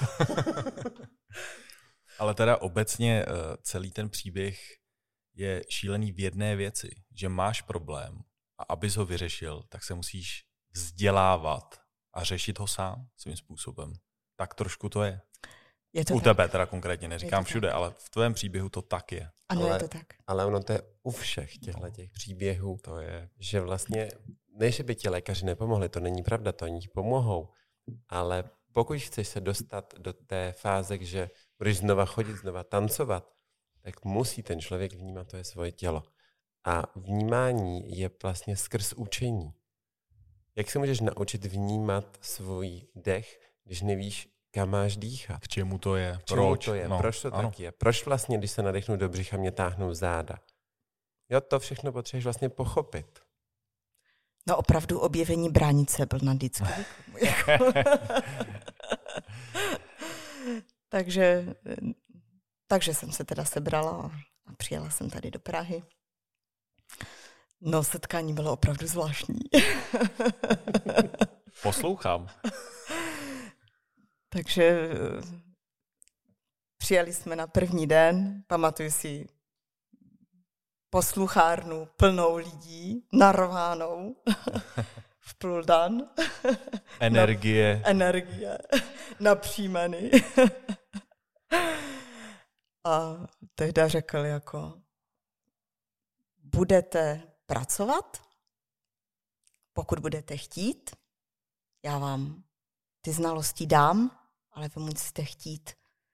Ale teda obecně celý ten příběh je šílený v jedné věci, že máš problém a abys ho vyřešil, tak se musíš vzdělávat a řešit ho sám svým způsobem. Tak trošku to je. Je to u tak. Tebe teda konkrétně, neříkám všude, tak. ale v tvém příběhu to tak je. Ano, je to tak. Ale ono to je u všech těch příběhů, To je. že vlastně, ne, že by ti lékaři nepomohli, to není pravda, to oni ti pomohou, ale pokud chceš se dostat do té fáze, že budeš znova chodit, znova tancovat, tak musí ten člověk vnímat to je svoje tělo. A vnímání je vlastně skrz učení. Jak se můžeš naučit vnímat svůj dech, když nevíš, kam máš dýchat? K čemu to je? Proč to je? No, Proč to ano. tak je? Proč vlastně, když se nadechnu do břicha, mě táhnou záda? Jo, to všechno potřebuješ vlastně pochopit. No opravdu objevení bránice byl na vždycky. Takže Takže jsem se teda sebrala a přijela jsem tady do Prahy. No, setkání bylo opravdu zvláštní. Poslouchám. Takže přijeli jsme na první den, pamatuju si posluchárnu plnou lidí, narvánou v půl dan. Energie. Napříjmeny. A tehda řekl jako, budete pracovat, pokud budete chtít, já vám ty znalosti dám, ale vy musíte chtít.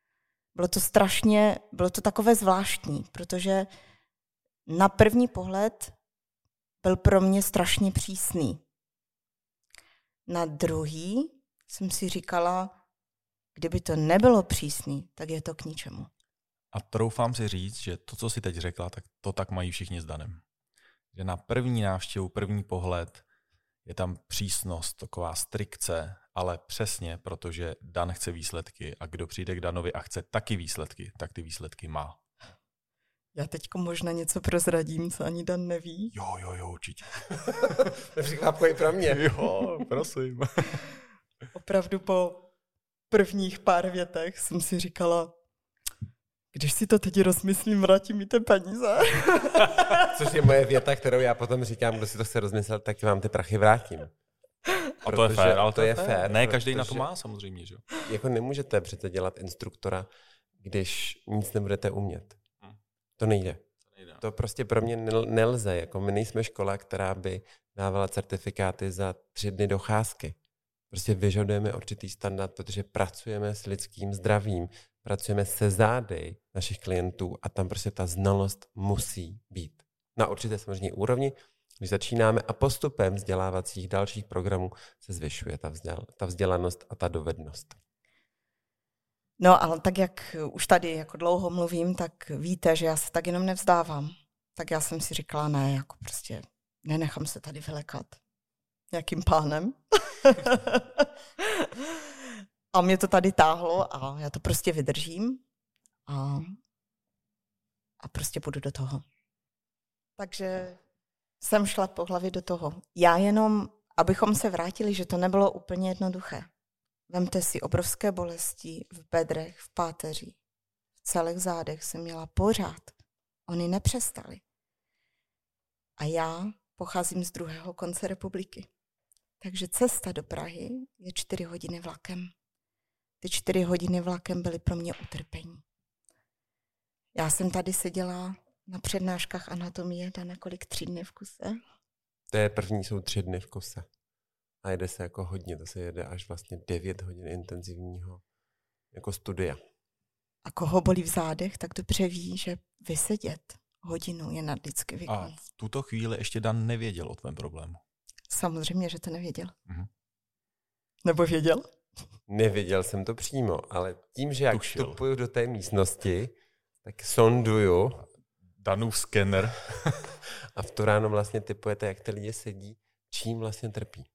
Bylo to takové zvláštní, protože na první pohled byl pro mě strašně přísný. Na druhý jsem si říkala, kdyby to nebylo přísný, tak je to k ničemu. A troufám si říct, že to, co jsi teď řekla, tak to tak mají všichni s Danem. Že na první návštěvu, první pohled je tam přísnost, taková strikce, ale přesně, protože Dan chce výsledky a kdo přijde k Danovi a chce taky výsledky, tak ty výsledky má. Já teďko možná něco prozradím, co ani Dan neví. Jo, určitě. Překvapko i pro mě. Jo, prosím. Opravdu po prvních pár větech jsem si říkala, když si to teď rozmyslím, vrátí mi ty peníze. Což je moje věta, kterou já potom říkám, kdo si to chce rozmyslet, tak vám ty prachy vrátím. A to je fér, ale to je fér. Ne, každý na to má samozřejmě, že jo. Jako nemůžete přece dělat instruktora, když nic nebudete umět. To nejde. To prostě pro mě nelze. Jako my nejsme škola, která by dávala certifikáty za 3 dny docházky. Prostě vyžadujeme určitý standard, protože pracujeme s lidským zdravím, pracujeme se zády našich klientů a tam prostě ta znalost musí být. Na určité samozřejmě úrovni, když začínáme a postupem vzdělávacích dalších programů se zvyšuje ta vzdělanost a ta dovednost. No, ale tak jak už tady jako dlouho mluvím, tak víte, že já se tak jenom nevzdávám. Tak já jsem si říkala, ne, jako prostě nenechám se tady vylekat nějakým pánem. A mě to tady táhlo a já to prostě vydržím a prostě půjdu do toho. Takže jsem šla po hlavě do toho. Já jenom, abychom se vrátili, že to nebylo úplně jednoduché. Vemte si obrovské bolesti v bedrech, v páteři, v celých zádech jsem měla pořád. Oni nepřestali. A já pocházím z druhého konce republiky. Takže cesta do Prahy je 4 hodiny vlakem. Ty 4 hodiny vlakem byly pro mě utrpení. Já jsem tady seděla na přednáškách anatomie na několik 3 dny v kuse. To je první, jsou 3 dny v kuse. A jede se jako hodně, to se jede až vlastně 9 hodin intenzivního jako studia. A koho bolí v zádech, tak dobře ví, že vysedět hodinu je nadlidský výkon. A v tuto chvíli ještě Dan nevěděl o tvém problému. Samozřejmě, že to nevěděl. Mhm. Nebo věděl? Nevěděl jsem to přímo, ale tím, že jak vstupuju do té místnosti, tak sonduju. Danův skener. A v tu ráno vlastně typujete, jak ty lidi sedí, čím vlastně trpí.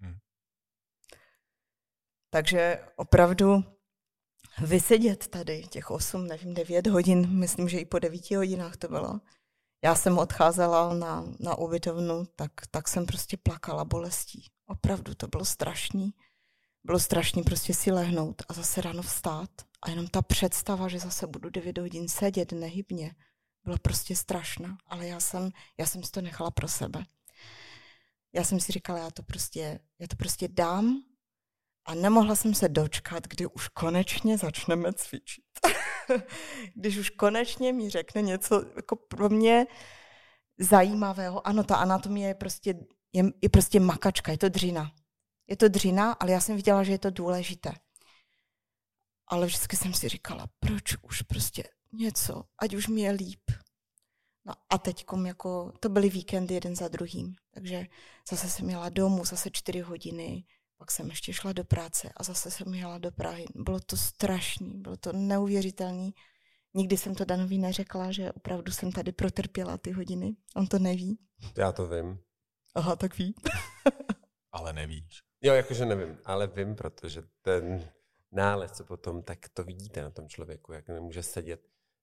Takže opravdu vysedět tady těch 8, nevím, 9 hodin, myslím, že i po 9 hodinách to bylo. Já jsem odcházela na ubytovnu, tak jsem prostě plakala bolestí. Opravdu to bylo strašný. Bylo strašný prostě si lehnout a zase ráno vstát. A jenom ta představa, že zase budu 9 hodin sedět nehybně, byla prostě strašná. Ale já jsem si to nechala pro sebe. Já jsem si říkala, já to prostě dám a nemohla jsem se dočkat, kdy už konečně začneme cvičit. Když už konečně mi řekne něco jako pro mě zajímavého. Ano, ta anatomie je prostě makačka, je to dřina. Je to dřina, ale já jsem viděla, že je to důležité. Ale vždycky jsem si říkala, proč už prostě něco, ať už mi je líp. No a teďkom jako, to byly víkendy jeden za druhým, takže zase jsem jela domů, zase 4 hodiny, pak jsem ještě šla do práce a zase jsem jela do Prahy. Bylo to strašný, bylo to neuvěřitelný. Nikdy jsem to Danovi neřekla, že opravdu jsem tady protrpěla ty hodiny. On to neví. Já to vím. Aha, tak ví. Ale nevíš. Jo, jakože nevím, ale vím, protože ten nález, co potom, tak to vidíte na tom člověku, jak nemůže sedět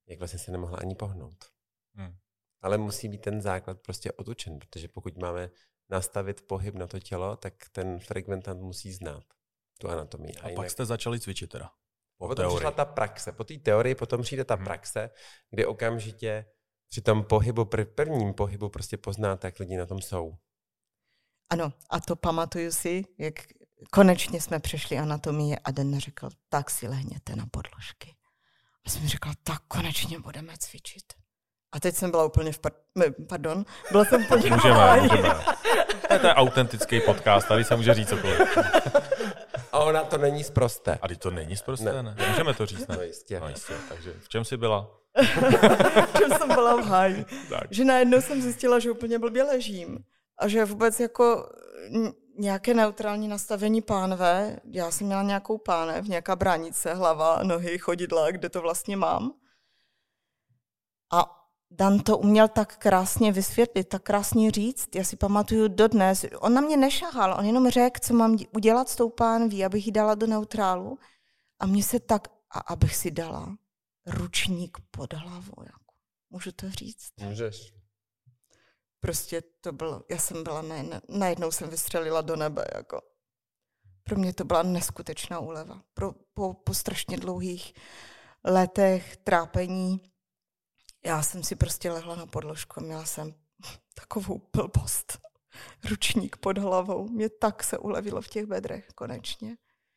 jak vlastně se nemohla ani pohnout. Ale musí být ten základ prostě odučen, protože pokud máme nastavit pohyb na to tělo, tak ten frekventant musí znát tu anatomii. A pak jste začali cvičit teda? Potom přišla ta praxe. Po té teorii potom přijde ta praxe, kdy okamžitě při tom pohybu, prvním pohybu prostě poznáte, jak lidi na tom jsou. Ano, a to pamatuju si, jak konečně jsme přešli anatomii a Den řekl, tak si lehněte na podložky. A jsem řekla, tak konečně budeme cvičit. A teď jsem byla úplně byla jsem úplně Můžeme. To je autentický podcast, tady se může říct cokoliv. A ona to není sprosté. A to není sprosté, ne? Můžeme to říct, ne? No jistě. Takže v čem jsi byla? V čem jsem byla v háji. Že najednou jsem zjistila, že úplně blbě ležím. A že vůbec jako nějaké neutrální nastavení pánve, já jsem měla nějakou pánev, nějaká bránice, hlava, nohy, chodidla, kde to vlastně mám. A Dan to uměl tak krásně vysvětlit, tak krásně říct. Já si pamatuju dodnes. On na mě nešahal, on jenom řekl, co mám udělat s tou pánví, abych ji dala do neutrálu. A mně se tak, abych si dala ručník pod hlavou. Jako. Můžu to říct? Můžeš. Prostě to bylo, já jsem byla, najednou jsem vystřelila do nebe. Jako. Pro mě to byla neskutečná úleva. Po strašně dlouhých letech trápení já jsem si prostě lehla na podložku a měla jsem takovou blbost. Ručník pod hlavou. Mě tak se ulevilo v těch bedrech konečně.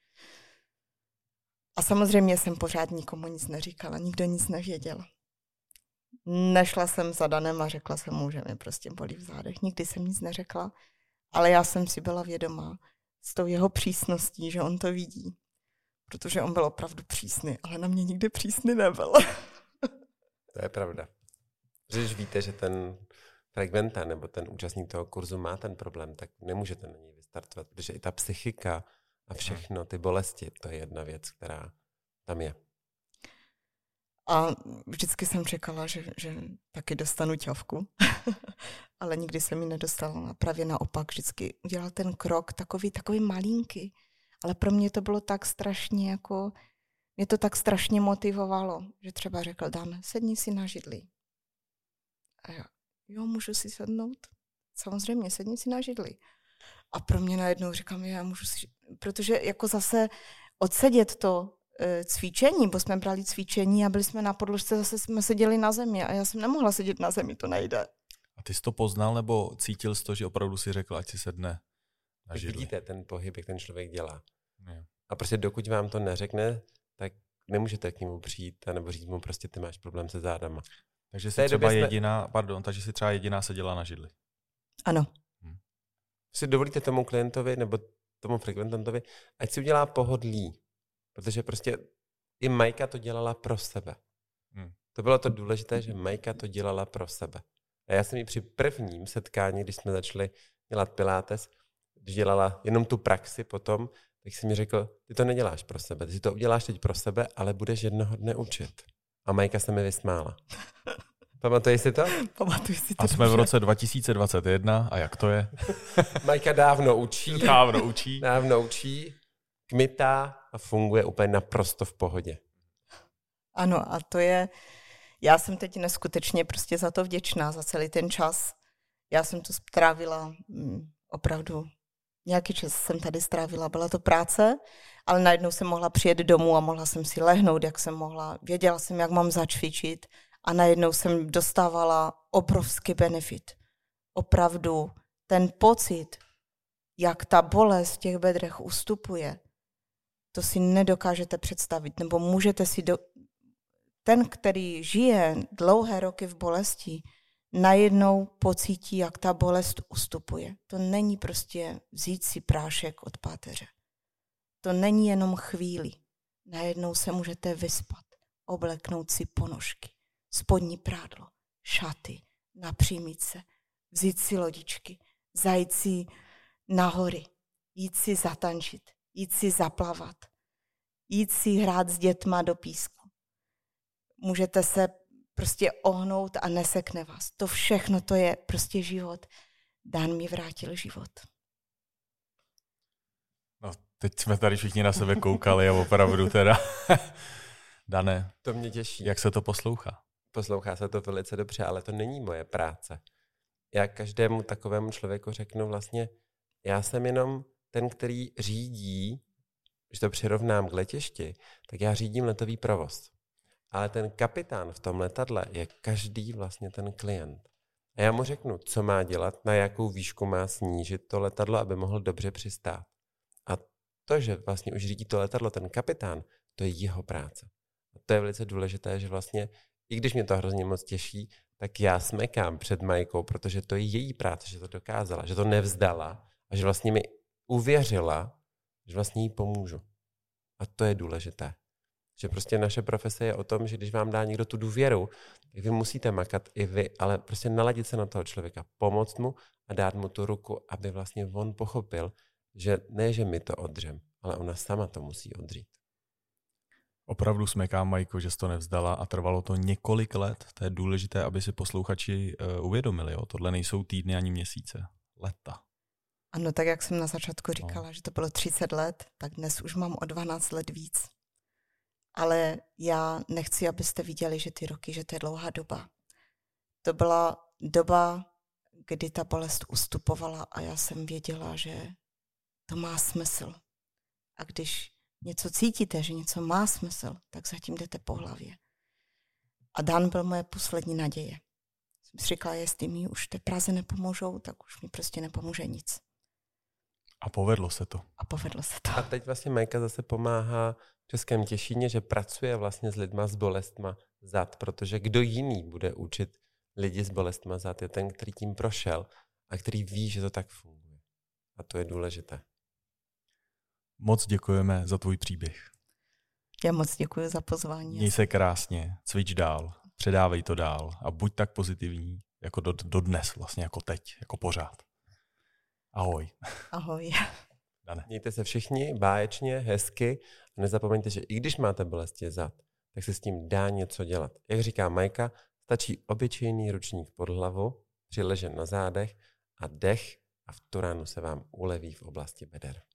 A samozřejmě jsem pořád nikomu nic neříkala, nikdo nic nevěděl. Nešla jsem za Danem a řekla jsem mu, že mě prostě bolí v zádech. Nikdy jsem nic neřekla, ale já jsem si byla vědomá s tou jeho přísností, že on to vidí. Protože on byl opravdu přísný, ale na mě nikdy přísný nebyl. To je pravda. Když víte, že ten frekventant nebo ten účastník toho kurzu má ten problém, tak nemůžete na něj vystartovat, protože i ta psychika a všechno, ty bolesti, to je jedna věc, která tam je. A vždycky jsem čekala, že taky dostanu ťavku, ale nikdy jsem ji nedostala. A právě naopak vždycky udělal ten krok takový malinký, ale pro mě to bylo tak strašně jako... Mě to tak strašně motivovalo, že třeba řekl, Dan, sedni si na židli. A já, jo, můžu si sednout? Samozřejmě, sedni si na židli. A pro mě najednou říkám, já můžu si... Protože jako zase odsedět to cvičení, bo jsme brali cvičení a byli jsme na podložce, zase jsme seděli na zemi a já jsem nemohla sedět na zemi, to nejde. A ty jsi to poznal, nebo cítil jsi to, že opravdu si řekl, ať si sedne na židli? Vidíte ten pohyb, jak ten člověk dělá. Je. A prostě dokud vám to neřekne, tak nemůžete k němu přijít nebo říct mu prostě ty máš problém se zádama. Takže jsi třeba jediná seděla na židli. Ano. Si dovolíte tomu klientovi nebo tomu frekventantovi, ať si udělá pohodlí. Protože prostě i Majka to dělala pro sebe. To bylo to důležité, že Majka to dělala pro sebe. A já jsem jí při prvním setkání, když jsme začali dělat pilates, když dělala jenom tu praxi potom, tak si mi řekl, ty to neděláš pro sebe, ty si to uděláš teď pro sebe, ale budeš jednoho dne učit. A Majka se mi vysmála. Pamatuješ si to? Pamatuji si to. A jsme v roce 2021 a jak to je? Majka dávno učí. Dávno učí, kmitá a funguje úplně naprosto v pohodě. Ano, a to je, já jsem teď neskutečně prostě za to vděčná, za celý ten čas. Já jsem tu strávila opravdu, nějaký čas jsem tady strávila, byla to práce, ale najednou jsem mohla přijet domů a mohla jsem si lehnout, jak jsem mohla. Věděla jsem, jak mám začvičit a najednou jsem dostávala obrovský benefit. Opravdu ten pocit, jak ta bolest v těch bedrech ustupuje, to si nedokážete představit, nebo můžete si ten, který žije dlouhé roky v bolesti, najednou pocítí, jak ta bolest ustupuje. To není prostě vzít si prášek od páteře. To není jenom chvíli. Najednou se můžete vyspat, obleknout si ponožky, spodní prádlo, šaty, napřímit se, vzít si lodičky, zajít si na hory, jít si zatančit, jít si zaplavat, jít si hrát s dětma do písku. Můžete se prostě ohnout a nesekne vás. To všechno, to je prostě život. Dan mi vrátil život. No, teď jsme tady všichni na sebe koukali a opravdu teda Dane, To mě těší. jak se to poslouchá? Poslouchá se to velice dobře, ale to není moje práce. Já každému takovému člověku řeknu vlastně, já jsem jenom ten, který řídí, když to přirovnám k letišti, tak já řídím letový provoz. Ale ten kapitán v tom letadle je každý vlastně ten klient. A já mu řeknu, co má dělat, na jakou výšku má snížit to letadlo, aby mohl dobře přistát. A to, že vlastně už řídí to letadlo ten kapitán, to je jeho práce. A to je velice důležité, že vlastně, i když mě to hrozně moc těší, tak já smekám před Majkou, protože to je její práce, že to dokázala, že to nevzdala a že vlastně mi uvěřila, že vlastně jí pomůžu. A to je důležité. Že prostě naše profese je o tom, že když vám dá někdo tu důvěru, tak vy musíte makat i vy, ale prostě naladit se na toho člověka, pomoct mu a dát mu tu ruku, aby vlastně on pochopil, že ne, že my to odřem, ale ona sama to musí odřít. Opravdu smekám, Majko, že jsi to nevzdala a trvalo to několik let. To je důležité, aby si posluchači uvědomili. Jo? Tohle nejsou týdny ani měsíce. Leta. Ano, tak jak jsem na začátku říkala, že to bylo 30 let, tak dnes už mám o 12 let víc. Ale já nechci, abyste viděli, že ty roky, že to je dlouhá doba. To byla doba, kdy ta bolest ustupovala a já jsem věděla, že to má smysl. A když něco cítíte, že něco má smysl, tak zatím jdete po hlavě. A Dan byl moje poslední naděje. Jsem si říkala, jestli mi už té Praze nepomůžou, tak už mi prostě nepomůže nic. A povedlo se to. A povedlo se to. A teď vlastně Majka zase pomáhá v Českém Těšíně, že pracuje vlastně s lidma s bolestma zad, protože kdo jiný bude učit lidi s bolestma zad, je ten, který tím prošel a který ví, že to tak funguje. A to je důležité. Moc děkujeme za tvůj příběh. Já moc děkuji za pozvání. Měj se krásně, cvič dál, předávej to dál a buď tak pozitivní, jako do dnes, vlastně jako teď, jako pořád. Ahoj. Ahoj. Dane. Mějte se všichni báječně, hezky a nezapomeňte, že i když máte bolesti zad, tak se s tím dá něco dělat. Jak říká Majka, stačí obyčejný ručník pod hlavu, přiležen na zádech a dech a v tu ránu se vám uleví v oblasti beder.